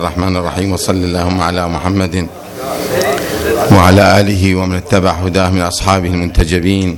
الرحمن الرحيم، وصل اللهم على محمد وعلى آله ومن اتبع هداه من أصحابه المنتجبين.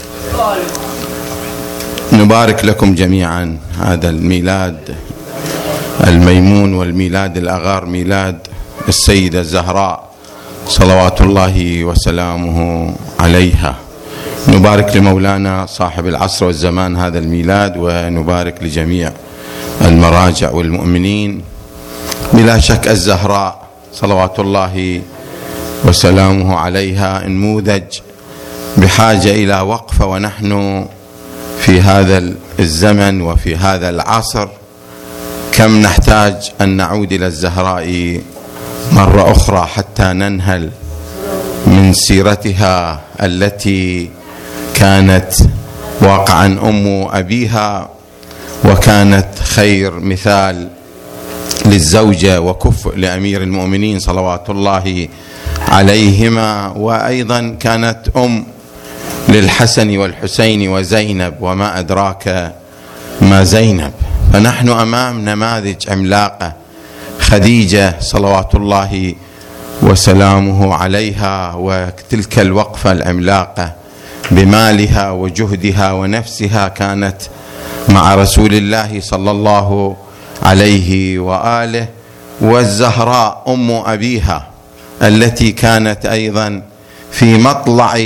نبارك لكم جميعا هذا الميلاد الميمون والميلاد الأغار، ميلاد السيدة الزهراء صلوات الله وسلامه عليها. نبارك لمولانا صاحب العصر والزمان هذا الميلاد، ونبارك لجميع المراجع والمؤمنين. بلا شك الزهراء صلوات الله وسلامه عليها نموذج بحاجة إلى وقفة، ونحن في هذا الزمن وفي هذا العصر كم نحتاج أن نعود إلى الزهراء مرة أخرى حتى ننهل من سيرتها التي كانت واقعا أم أبيها، وكانت خير مثال للزوجة وكفء لأمير المؤمنين صلوات الله عليهما، وأيضا كانت أم للحسن والحسين وزينب، وما أدراك ما زينب. فنحن أمام نماذج عملاقة، خديجة صلوات الله وسلامه عليها، وتلك الوقفة العملاقة بمالها وجهدها ونفسها كانت مع رسول الله صلى الله عليه وآله. والزهراء أم أبيها التي كانت أيضا في مطلع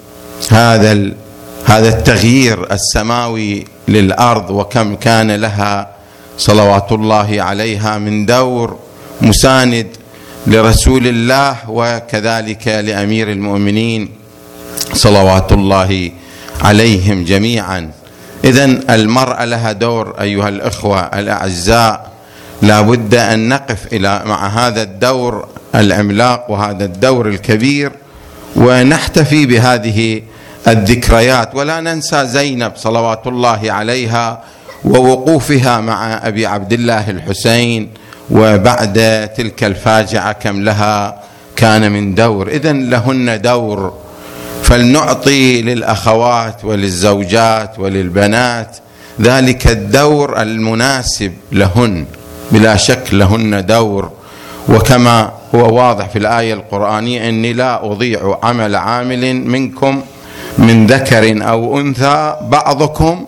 هذا التغيير السماوي للأرض، وكم كان لها صلوات الله عليها من دور مساند لرسول الله وكذلك لأمير المؤمنين صلوات الله عليهم جميعا. إذن المرأة لها دور أيها الإخوة الأعزاء، لا بد أن نقف مع هذا الدور العملاق وهذا الدور الكبير، ونحتفي بهذه الذكريات، ولا ننسى زينب صلوات الله عليها ووقوفها مع أبي عبد الله الحسين، وبعد تلك الفاجعة كم لها كان من دور. إذن لهن دور، فلنعطي للأخوات وللزوجات وللبنات ذلك الدور المناسب لهن. بلا شك لهن دور، وكما هو واضح في الآية القرآنية: إني لا أضيع عمل عامل منكم من ذكر أو أنثى بعضكم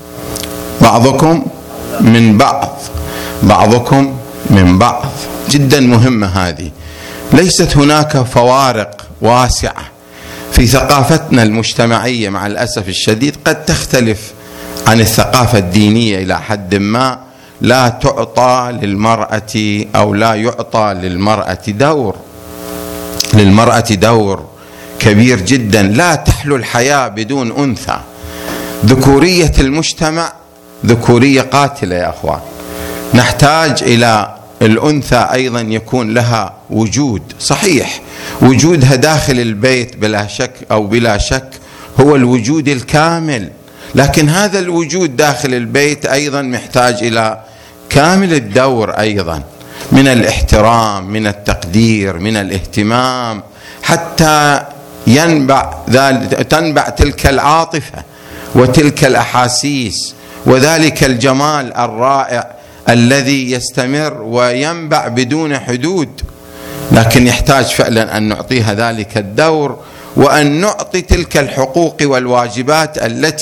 من بعض، بعضكم من بعض. جدا مهمة هذه. ليست هناك فوارق واسعة في ثقافتنا المجتمعية، مع الأسف الشديد قد تختلف عن الثقافة الدينية إلى حد ما. لا تعطى للمرأة أو لا يعطى للمرأة دور كبير جدا. لا تحلو الحياة بدون أنثى. ذكورية المجتمع ذكورية قاتلة يا أخوان. نحتاج إلى الأنثى أيضا يكون لها وجود صحيح. وجودها داخل البيت بلا شك أو بلا شك هو الوجود الكامل، لكن هذا الوجود داخل البيت أيضا محتاج إلى كامل الدور أيضا، من الاحترام، من التقدير، من الاهتمام، حتى تنبع تلك العاطفة وتلك الأحاسيس وذلك الجمال الرائع الذي يستمر وينبع بدون حدود. لكن يحتاج فعلا أن نعطيها ذلك الدور، وأن نعطي تلك الحقوق والواجبات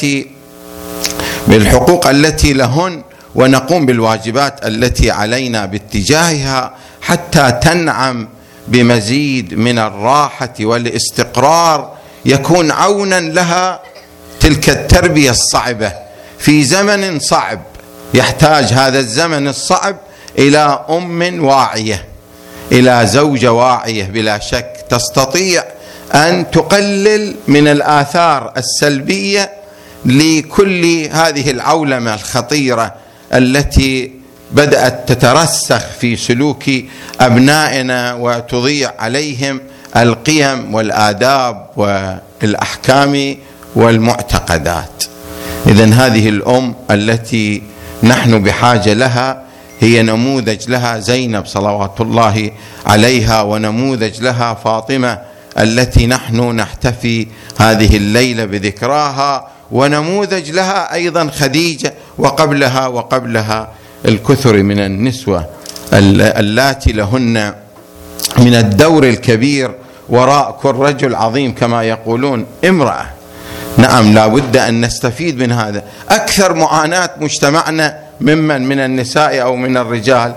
التي لهن، ونقوم بالواجبات التي علينا باتجاهها، حتى تنعم بمزيد من الراحة والاستقرار، يكون عونا لها تلك التربية الصعبة في زمن صعب. يحتاج هذا الزمن الصعب إلى أم واعية، إلى زوجة واعية بلا شك تستطيع أن تقلل من الآثار السلبية لكل هذه العولمة الخطيرة التي بدأت تترسخ في سلوك أبنائنا وتضيع عليهم القيم والآداب والأحكام والمعتقدات. إذن هذه الأم التي نحن بحاجة لها هي نموذج لها زينب صلوات الله عليها، ونموذج لها فاطمة التي نحن نحتفي هذه الليلة بذكراها، ونموذج لها أيضا خديجة، وقبلها الكثر من النسوة اللاتي لهن من الدور الكبير وراء كل رجل عظيم كما يقولون امرأة. نعم، لا بد أن نستفيد من هذا. أكثر معاناة مجتمعنا من النساء أو من الرجال؟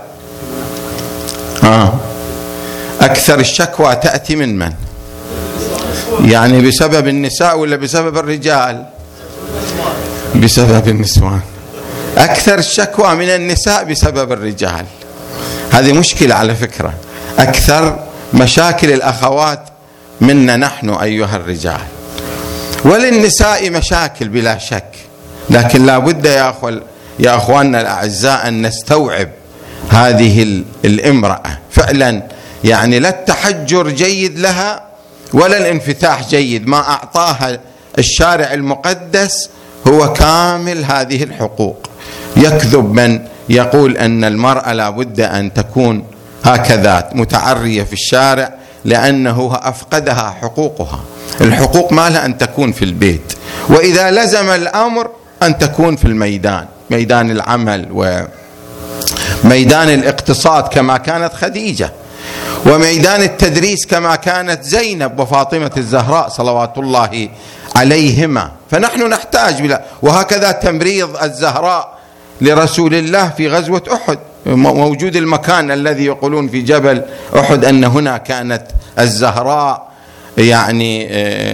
أكثر الشكوى تأتي من؟ يعني بسبب النساء ولا بسبب الرجال؟ بسبب النسوان. أكثر الشكوى من النساء بسبب الرجال. هذه مشكلة على فكرة. أكثر مشاكل الأخوات منا نحن أيها الرجال، وللنساء مشاكل بلا شك، لكن لا بد يا أخواننا الأعزاء أن نستوعب هذه الامرأة فعلا. يعني لا التحجر جيد لها ولا الانفتاح جيد. ما أعطاها الشارع المقدس هو كامل هذه الحقوق. يكذب من يقول أن المرأة لا بد أن تكون هكذا متعرية في الشارع، لأنه أفقدها حقوقها. الحقوق ما لها أن تكون في البيت، وإذا لزم الأمر أن تكون في الميدان، ميدان العمل وميدان الاقتصاد كما كانت خديجة، وميدان التدريس كما كانت زينب وفاطمة الزهراء صلوات الله عليهما. فنحن نحتاج وهكذا تمريض الزهراء لرسول الله في غزوة أحد، موجود المكان الذي يقولون في جبل أحد أن هنا كانت الزهراء يعني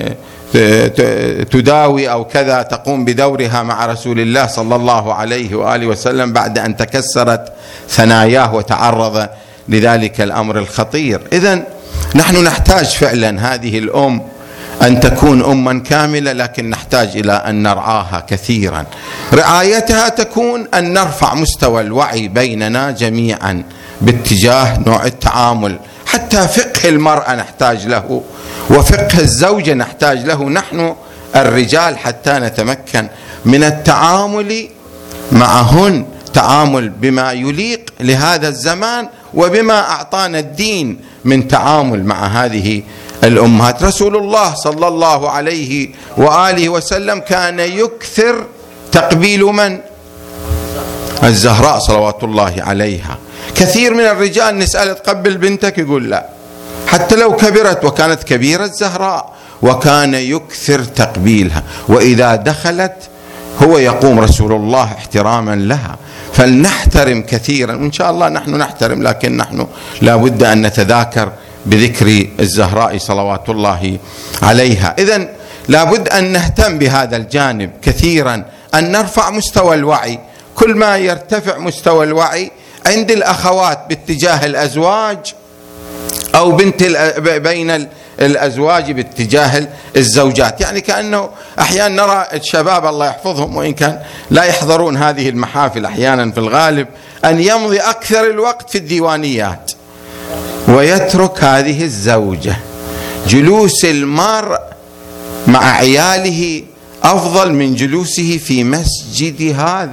تداوي أو كذا، تقوم بدورها مع رسول الله صلى الله عليه وآله وسلم بعد أن تكسرت ثناياه وتعرض لذلك الأمر الخطير. إذن نحن نحتاج فعلا هذه الأم أن تكون أما كاملة، لكن نحتاج إلى أن نرعاها كثيرا. رعايتها تكون أن نرفع مستوى الوعي بيننا جميعا باتجاه نوع التعامل. حتى فقه المرأة نحتاج له، وفقه الزوجة نحتاج له نحن الرجال، حتى نتمكن من التعامل معهن، تعامل بما يليق لهذا الزمان وبما أعطانا الدين من تعامل مع هذه الأمهات. رسول الله صلى الله عليه وآله وسلم كان يكثر تقبيل من؟ الزهراء صلوات الله عليها. كثير من الرجال نسأل تقبل بنتك يقول لا، حتى لو كبرت، وكانت كبيرة الزهراء، وكان يكثر تقبيلها، وإذا دخلت هو يقوم رسول الله احتراما لها. فلنحترم كثيرا، وإن شاء الله نحن نحترم، لكن نحن لا بد أن نتذاكر بذكر الزهراء صلوات الله عليها. إذن لا بد أن نهتم بهذا الجانب كثيرا، أن نرفع مستوى الوعي. كل ما يرتفع مستوى الوعي عند الأخوات باتجاه الأزواج أو بين الأزواج باتجاه الزوجات، يعني كأنه أحيانا نرى الشباب الله يحفظهم وإن كان لا يحضرون هذه المحافل أحيانا في الغالب، أن يمضي أكثر الوقت في الديوانيات ويترك هذه الزوجة. جلوس المرء مع عياله أفضل من جلوسه في مسجد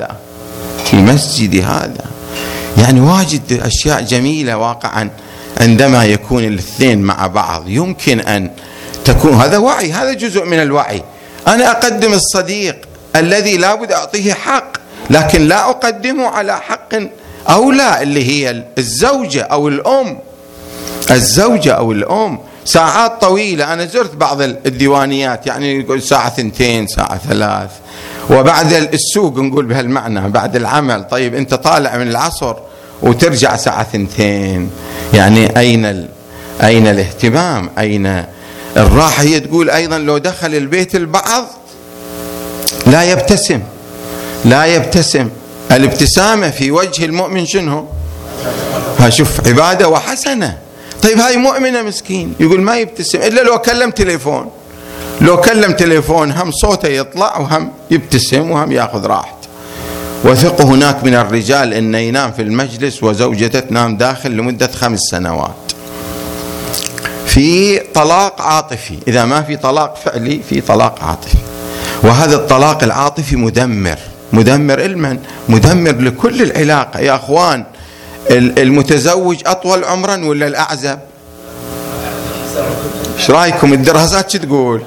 هذا. يعني واجد أشياء جميلة واقعا عندما يكون الاثنين مع بعض. يمكن أن تكون هذا وعي، هذا جزء من الوعي. أنا أقدم الصديق الذي لا بد أعطيه حق، لكن لا أقدمه على حق أولى اللي هي الزوجة أو الأم. الزوجة أو الأم ساعات طويلة. أنا زرت بعض الديوانيات، يعني يقول ساعة 2 ساعة 3، وبعد السوق نقول بهالمعنى بعد العمل. طيب أنت طالع من العصر وترجع ساعة 2، يعني أين الاهتمام؟ أين الراحة؟ هي تقول أيضا لو دخل البيت البعض لا يبتسم. الابتسامة في وجه المؤمن شنو؟ شوف عبادة وحسنة. طيب هاي مؤمنة مسكين يقول ما يبتسم إلا لو كلم تليفون هم صوته يطلع وهم يبتسم وهم يأخذ راحته. وثقوا هناك من الرجال أن ينام في المجلس وزوجته تنام داخل لمدة 5 سنوات. في طلاق عاطفي، إذا ما في طلاق فعلي في طلاق عاطفي، وهذا الطلاق العاطفي مدمر المن، مدمر لكل العلاقة. يا أخوان، المتزوج أطول عمرا ولا الأعزب؟ ايش رايكم؟ الدراسات شو تقول؟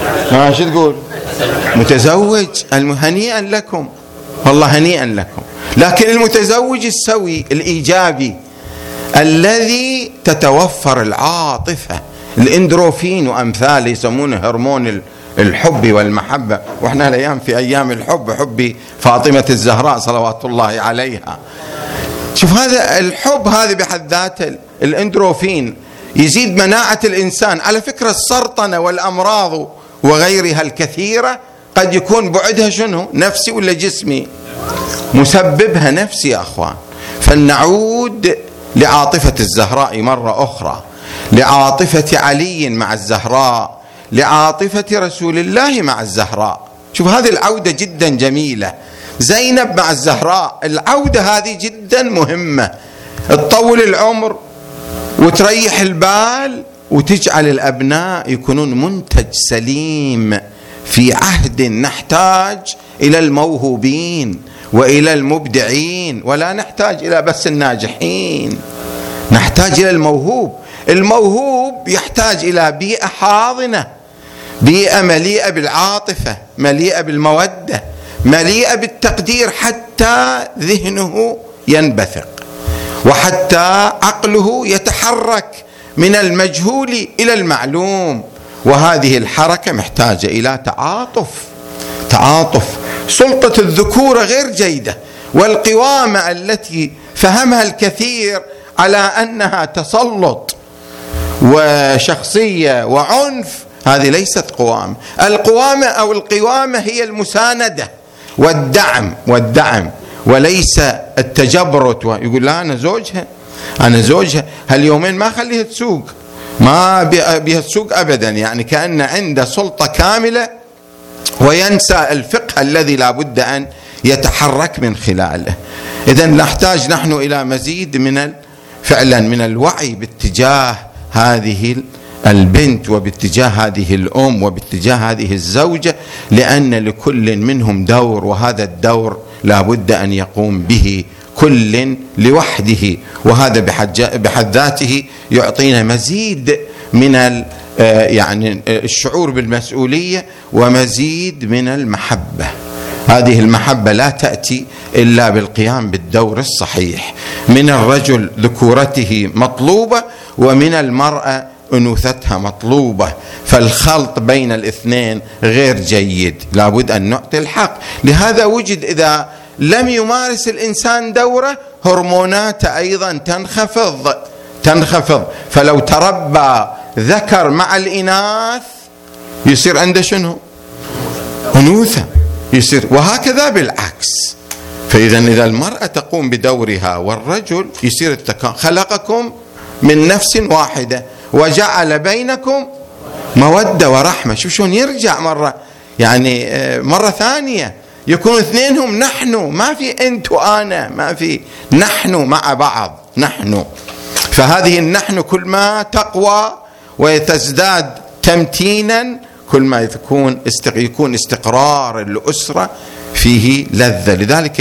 شو تقول؟ متزوج. هنيئا لكم، والله هنيئا لكم. لكن المتزوج السوي الإيجابي الذي تتوفر العاطفة، الاندروفين وأمثاله، يسمونه هرمون الحب والمحبة، وإحنا الأيام في أيام الحب، حب فاطمة الزهراء صلوات الله عليها. شوف هذا الحب، هذا بحد ذاته الاندروفين يزيد مناعة الإنسان. على فكرة السرطنة والأمراض وغيرها الكثيرة قد يكون بعدها شنو؟ نفسي ولا جسمي؟ مسببها نفسي يا أخوان. فلنعود لعاطفة الزهراء مرة أخرى، لعاطفة علي مع الزهراء، لعاطفة رسول الله مع الزهراء. شوف هذه العودة جدا جميلة. زينب مع الزهراء، العودة هذه جدا مهمة، تطول العمر وتريح البال وتجعل الأبناء يكونون منتج سليم في عهد نحتاج إلى الموهوبين وإلى المبدعين، ولا نحتاج إلى بس الناجحين، نحتاج إلى الموهوب. الموهوب يحتاج إلى بيئة حاضنة، بيئة مليئة بالعاطفة، مليئة بالمودة، مليئة بالتقدير، حتى ذهنه ينبثق وحتى عقله يتحرك من المجهول إلى المعلوم. وهذه الحركة محتاجة إلى تعاطف. سلطة الذكورة غير جيدة، والقوامة التي فهمها الكثير على أنها تسلط وشخصية وعنف، هذه ليست قوامة. القوامة أو القوامة هي المساندة والدعم وليس التجبرت. يقول لا أنا زوجها هاليومين ما خليها تسوق، ما بيها تسوق أبدا، يعني كأن عنده سلطة كاملة وينسى الفقه الذي لا بد أن يتحرك من خلاله. إذن نحتاج نحن إلى مزيد فعلا من الوعي باتجاه هذه البنت وباتجاه هذه الأم وباتجاه هذه الزوجة، لأن لكل منهم دور، وهذا الدور لا بد أن يقوم به كل لوحده. وهذا بحد ذاته يعطينا مزيد من يعني الشعور بالمسؤولية ومزيد من المحبة. هذه المحبة لا تأتي إلا بالقيام بالدور الصحيح. من الرجل ذكورته مطلوبة، ومن المرأة أنوثتها مطلوبة، فالخلط بين الاثنين غير جيد، لابد أن نعطي الحق. لهذا وجد إذا لم يمارس الإنسان دوره هرموناته أيضا تنخفض. فلو تربى ذكر مع الإناث يصير عنده شنو؟ أنوثة يصير، وهكذا بالعكس. فإذا إذا المرأة تقوم بدورها والرجل يصير خلقكم من نفس واحدة وجعل بينكم مودة ورحمة. شوف شلون يرجع مرة ثانية يكون اثنينهم نحن، ما في أنت وأنا، ما في، نحن مع بعض نحن. فهذه النحن كل ما تقوى ويتزداد تمتينا، كل ما يكون استقرار الأسرة فيه لذة. لذلك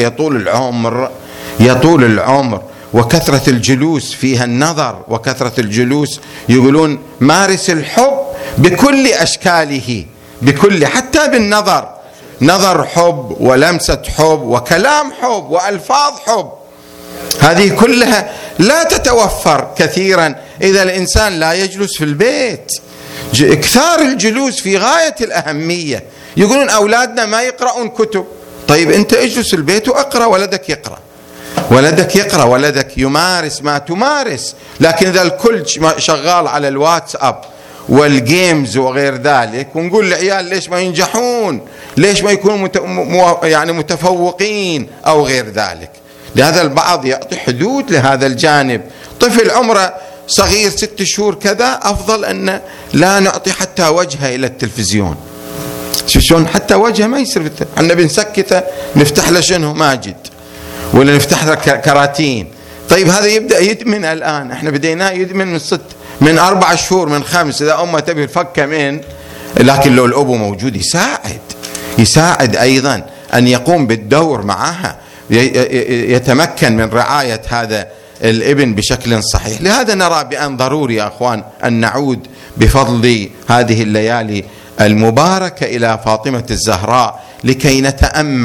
يطول العمر وكثرة الجلوس فيها النظر، وكثرة الجلوس يقولون مارس الحب بكل أشكاله، حتى بالنظر، نظر حب ولمسة حب وكلام حب وألفاظ حب. هذه كلها لا تتوفر كثيرا إذا الإنسان لا يجلس في البيت. إكثار الجلوس في غاية الأهمية. يقولون أولادنا ما يقرؤون كتب، طيب أنت اجلس البيت وأقرأ، ولدك يقرأ، ولدك يمارس ما تمارس. لكن إذا الكل شغال على الواتساب والجيمز وغير ذلك، ونقول للعيال ليش ما ينجحون، ليش ما يكونوا يعني متفوقين أو غير ذلك. لهذا البعض يعطي حدود لهذا الجانب. طفل عمره صغير 6 شهور كذا، أفضل أن لا نعطي حتى وجهه إلى التلفزيون. شلون حتى وجهه ما يصير، احنا بنسكته، نفتح له شنو ماجد، ولا نفتح له كراتين. طيب هذا يبدأ يدمن الآن، احنا بديناه يدمن من 4 شهور، من 5، إذا أمه تبي الفكة من. لكن لو الأب موجود يساعد أيضا أن يقوم بالدور معها، يتمكن من رعاية هذا الابن بشكل صحيح. لهذا نرى بأن ضروري يا أخوان أن نعود بفضل هذه الليالي المباركة إلى فاطمة الزهراء، لكي نتأمل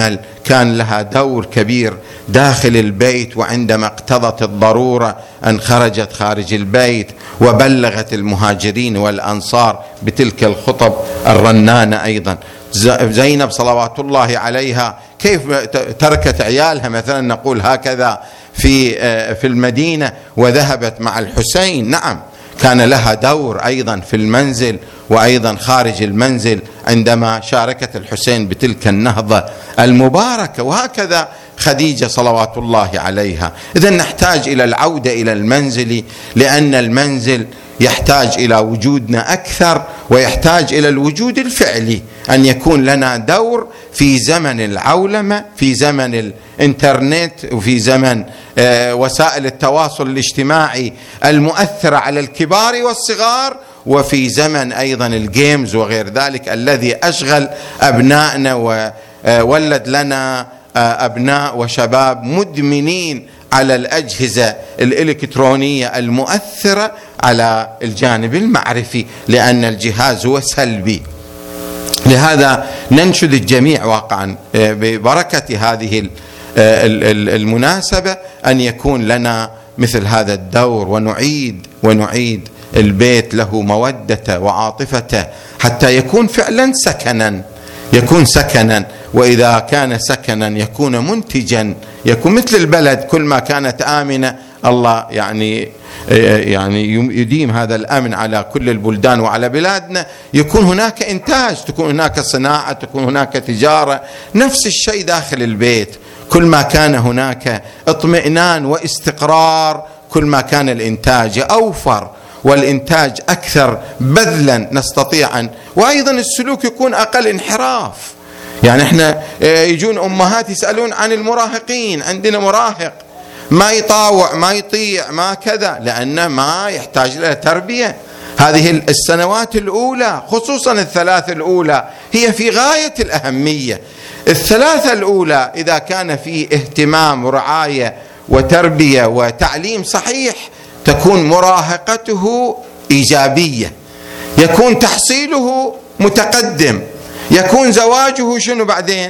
كان لها دور كبير داخل البيت، وعندما اقتضت الضرورة أن خرجت خارج البيت وبلغت المهاجرين والأنصار بتلك الخطب الرنانة. أيضا زينب صلوات الله عليها كيف تركت عيالها مثلا نقول هكذا في المدينة وذهبت مع الحسين. نعم، كان لها دور أيضا في المنزل وأيضا خارج المنزل عندما شاركت الحسين بتلك النهضة المباركة، وهكذا خديجة صلوات الله عليها. إذن نحتاج إلى العودة إلى المنزل، لأن المنزل يحتاج إلى وجودنا أكثر، ويحتاج إلى الوجود الفعلي، أن يكون لنا دور في زمن العولمة، في زمن الإنترنت، وفي زمن وسائل التواصل الاجتماعي المؤثرة على الكبار والصغار، وفي زمن أيضا الجيمز وغير ذلك الذي أشغل أبنائنا وولد لنا أبناء وشباب مدمنين على الأجهزة الإلكترونية المؤثرة على الجانب المعرفي، لأن الجهاز هو سلبي. لهذا ننشد الجميع واقعا ببركة هذه المناسبة أن يكون لنا مثل هذا الدور، ونعيد البيت له مودته وعاطفته حتى يكون فعلا سكنا، وإذا كان سكنا يكون منتجا، يكون مثل البلد، كل ما كانت آمنة الله يعني يديم هذا الأمن على كل البلدان وعلى بلادنا، يكون هناك إنتاج، تكون هناك صناعة، تكون هناك تجارة. نفس الشيء داخل البيت، كل ما كان هناك اطمئنان واستقرار كل ما كان الإنتاج أوفر والإنتاج أكثر بذلا نستطيع وأيضا السلوك يكون أقل انحراف. يعني احنا يجون أمهات يسألون عن المراهقين، عندنا مراهق ما يطاوع ما يطيع ما كذا، لأنه ما يحتاج له تربية. هذه السنوات الأولى خصوصا الثلاث الأولى هي في غاية الأهمية. الثلاثة الأولى إذا كان في اهتمام ورعاية وتربية وتعليم صحيح تكون مراهقته إيجابية، يكون تحصيله متقدم، يكون زواجه شنو بعدين؟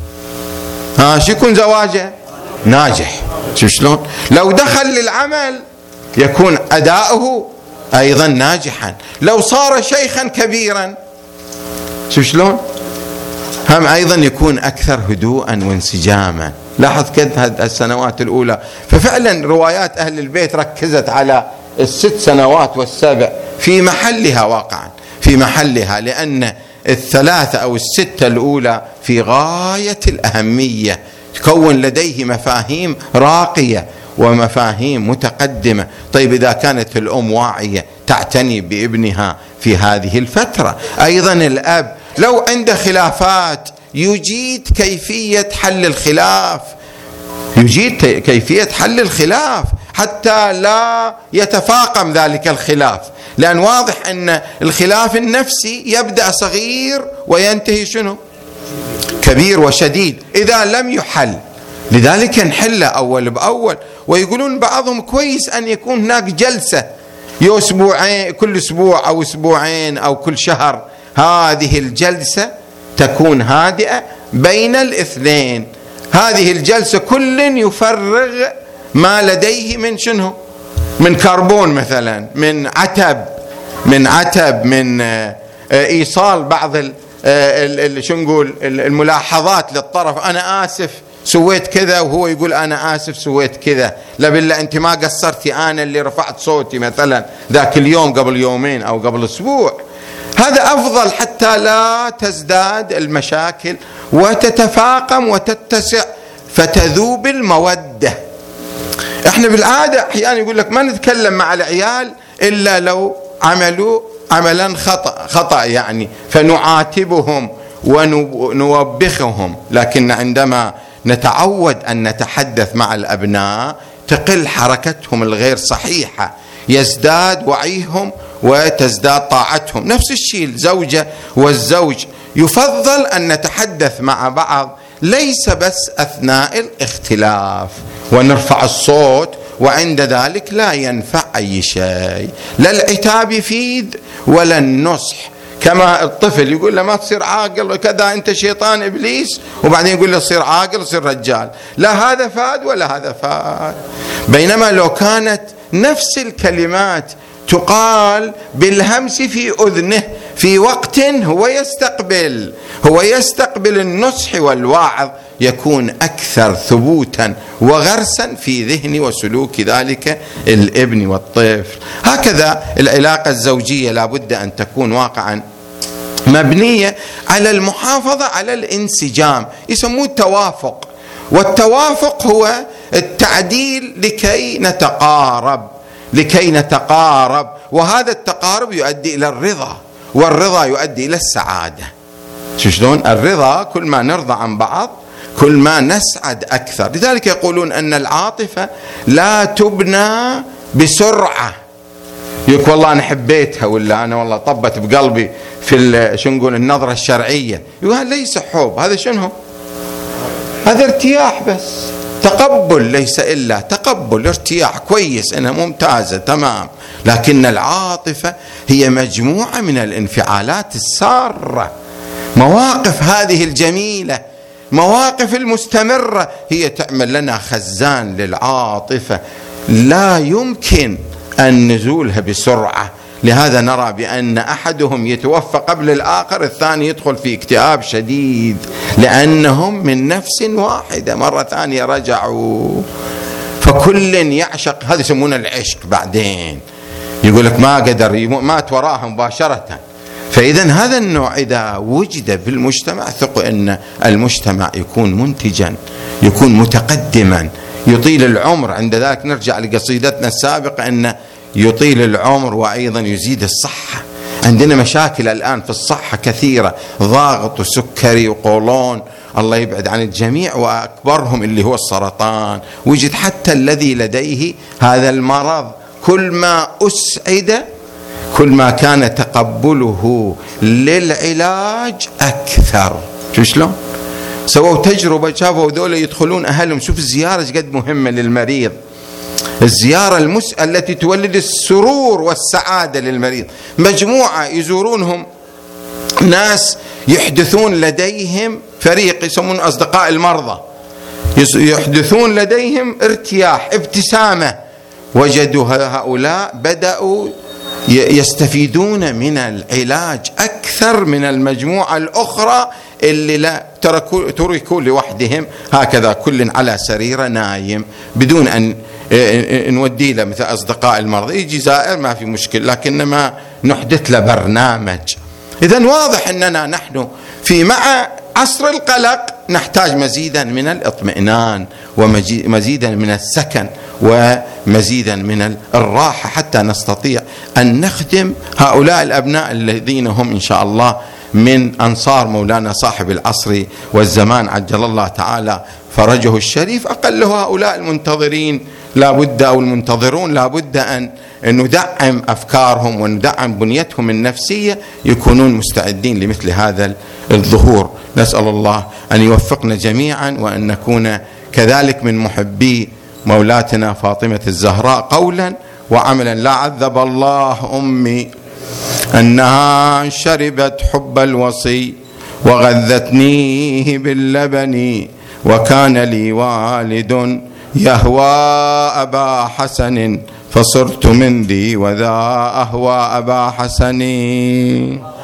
شو يكون زواجه؟ ناجح. شو شلون؟ لو دخل للعمل يكون أداؤه أيضا ناجحا. لو صار شيخا كبيرا شو شلون؟ هم أيضا يكون أكثر هدوءا وانسجاما. لاحظ كده السنوات الأولى. ففعلا روايات أهل البيت ركزت على 6 سنوات و7 في محلها واقعا، في محلها، لأن 3 أو 6 الأولى في غاية الأهمية، تكون لديه مفاهيم راقية ومفاهيم متقدمة. طيب إذا كانت الأم واعية تعتني بابنها في هذه الفترة، أيضا الأب لو عنده خلافات يجيد كيفية حل الخلاف، يجيد كيفية حل الخلاف حتى لا يتفاقم ذلك الخلاف، لأن واضح أن الخلاف النفسي يبدأ صغير وينتهي شنو؟ كبير وشديد إذا لم يحل. لذلك نحله أول بأول. ويقولون بعضهم كويس أن يكون هناك جلسة أسبوعين، كل أسبوع أو أسبوعين أو كل شهر، هذه الجلسة تكون هادئة بين الاثنين. هذه الجلسة كل يفرغ ما لديه من شنو؟ من كربون مثلا، من عتب، من إيصال بعض شو نقول الملاحظات للطرف. أنا آسف سويت كذا، وهو يقول أنا آسف سويت كذا. لا بالله أنت ما قصرتي، أنا اللي رفعت صوتي مثلا ذاك اليوم قبل يومين أو قبل أسبوع. هذا أفضل حتى لا تزداد المشاكل وتتفاقم وتتسع فتذوب المودة. احنا بالعادة أحيانا يقول لك ما نتكلم مع العيال إلا لو عملوا عملا خطأ يعني، فنعاتبهم ونوبخهم. لكن عندما نتعود أن نتحدث مع الأبناء تقل حركتهم الغير صحيحة، يزداد وعيهم وتزداد طاعتهم. نفس الشيء الزوجة والزوج، يفضل أن نتحدث مع بعض ليس بس أثناء الاختلاف ونرفع الصوت، وعند ذلك لا ينفع أي شيء، لا العتاب يفيد ولا النصح. كما الطفل يقول له ما تصير عاقل وكذا أنت شيطان إبليس، وبعدين يقول له صير عاقل صير رجال. لا هذا فاد ولا هذا فاد. بينما لو كانت نفس الكلمات تقال بالهمس في أذنه في وقت هو يستقبل النصح والوعظ، يكون أكثر ثبوتا وغرسا في ذهن وسلوك ذلك الابن والطفل. هكذا العلاقة الزوجية لابد أن تكون واقعا مبنية على المحافظة على الانسجام، يسموه التوافق. والتوافق هو التعديل لكي نتقارب، وهذا التقارب يؤدي إلى الرضا، والرضا يؤدي إلى السعادة. شلون؟ الرضا كل ما نرضى عن بعض كل ما نسعد أكثر. لذلك يقولون أن العاطفة لا تبنى بسرعة. يقول والله أنا حبيتها، ولا أنا والله طبت بقلبي في شو نقول النظرة الشرعية. يقول ليس حب، هذا شنو؟ هذا ارتياح بس، تقبل، ليس إلا تقبل، ارتياح، كويس، أنها ممتازة، تمام. لكن العاطفة هي مجموعة من الانفعالات السارة، مواقف هذه الجميلة، مواقف المستمرة، هي تعمل لنا خزان للعاطفة لا يمكن أن نزولها بسرعة. لهذا نرى بأن أحدهم يتوفى قبل الآخر، الثاني يدخل في اكتئاب شديد، لأنهم من نفس واحدة مرة ثانية رجعوا. فكل يعشق، هذا يسمونه العشق. بعدين يقول لك ما قدر، مات وراها مباشرة. فإذا هذا النوع إذا وجد في المجتمع، ثقوا أن المجتمع يكون منتجا، يكون متقدما، يطيل العمر. عند ذلك نرجع لقصيدتنا السابقة أن يطيل العمر وأيضا يزيد الصحة. عندنا مشاكل الآن في الصحة كثيرة، ضغط وسكري وقولون، الله يبعد عن الجميع، وأكبرهم اللي هو السرطان. وجد حتى الذي لديه هذا المرض كل ما أسعد كل ما كان تقبله للعلاج أكثر. شلون؟ سووا تجربة، شافوا ذولا يدخلون أهلهم. شوف الزيارة قد مهمة للمريض، الزيارة التي تولد السرور والسعادة للمريض. مجموعة يزورونهم ناس يحدثون لديهم فريق يسمون أصدقاء المرضى، يحدثون لديهم ارتياح، ابتسامة. وجدوا هؤلاء بدأوا يستفيدون من العلاج أكثر من المجموعة الأخرى اللي لا تركوا لوحدهم هكذا، كل على سريره نايم بدون أن نودي له مثل أصدقاء المرضى. يجي زائر ما في مشكلة، لكنما نحدث له برنامج. إذن واضح أننا نحن في مع عصر القلق نحتاج مزيدا من الاطمئنان، ومزيدا من السكن، ومزيدا من الراحة، حتى نستطيع أن نخدم هؤلاء الأبناء الذين هم إن شاء الله من أنصار مولانا صاحب العصر والزمان عجل الله تعالى فرجه الشريف. أقله هؤلاء المنتظرين لابد، أو المنتظرون لابد أن ندعم أفكارهم وندعم بنيتهم النفسية، يكونون مستعدين لمثل هذا الظهور. نسأل الله أن يوفقنا جميعا، وأن نكون كذلك من محبي مولاتنا فاطمة الزهراء قولا وعملا. لا عذب الله أمي أنها شربت حب الوصي، وغذتنيه باللبن، وكان لي والد يهوى أبا حسن، فصرت من ذي وذا أهوى أبا حسن.